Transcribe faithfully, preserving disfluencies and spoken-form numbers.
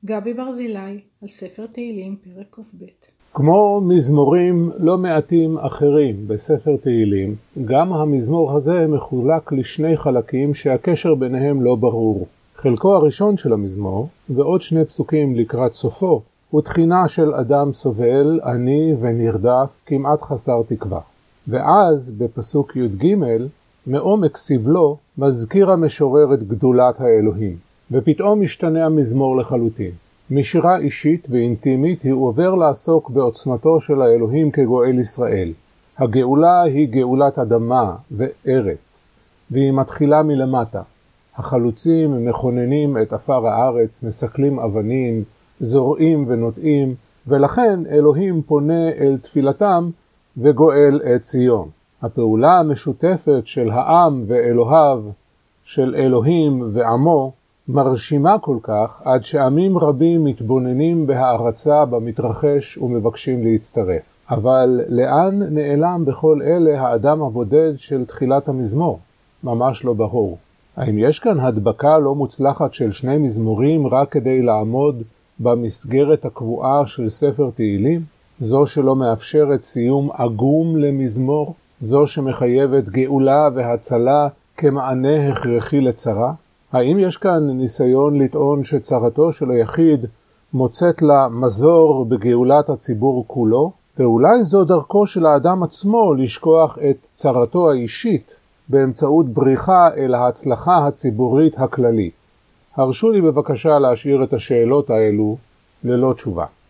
גבי ברזילי על ספר תהילים פרק ק"ב. כמו מזמורים לא מעטים אחרים בספר תהילים, גם המזמור הזה מחולק לשני חלקים שהקשר ביניהם לא ברור. חלקו הראשון של המזמור ועוד שני פסוקים לקראת סופו הוא תחינה של אדם סובל, עני ונרדף, כמעט חסר תקווה. ואז בפסוק י"ג מעומק סבלו מזכיר המשורר את גדולת האלוהים, ופתאום משתנה המזמור לחלוטין. משירה אישית ואינטימית הוא עובר לעסוק בעוצמתו של האלוהים כגואל ישראל. הגאולה היא גאולת אדמה וארץ, והיא מתחילה מלמטה. החלוצים מכוננים את עפר הארץ, מסקלים אבנים, זורעים ונוטעים, ולכן אלוהים פונה אל תפילתם וגואל את ציון. הפעולה המשותפת של העם ואלוהיו, של אלוהים ועמו, מרשימה כל כך עד שעמים רבים מתבוננים בהערצה במתרחש ומבקשים להצטרף. אבל לאן נעלם בכל אלה האדם הבודד של תחילת המזמור? ממש לא ברור. האם יש כאן הדבקה לא מוצלחת של שני מזמורים רק כדי לעמוד במסגרת הקבועה של ספר תהילים? זו שלא מאפשרת סיום עגום למזמור? זו שמחייבת גאולה והצלה כמענה הכרחי לצרה? האם יש כאן ניסיון לטעון שצרתו של היחיד מוצאת לה מזור בגאולת הציבור כולו? ואולי זו דרכו של האדם עצמו לשכוח את צרתו האישית באמצעות בריחה אל ההצלחה הציבורית הכללית. הרשו לי בבקשה להשאיר את השאלות האלו ללא תשובה.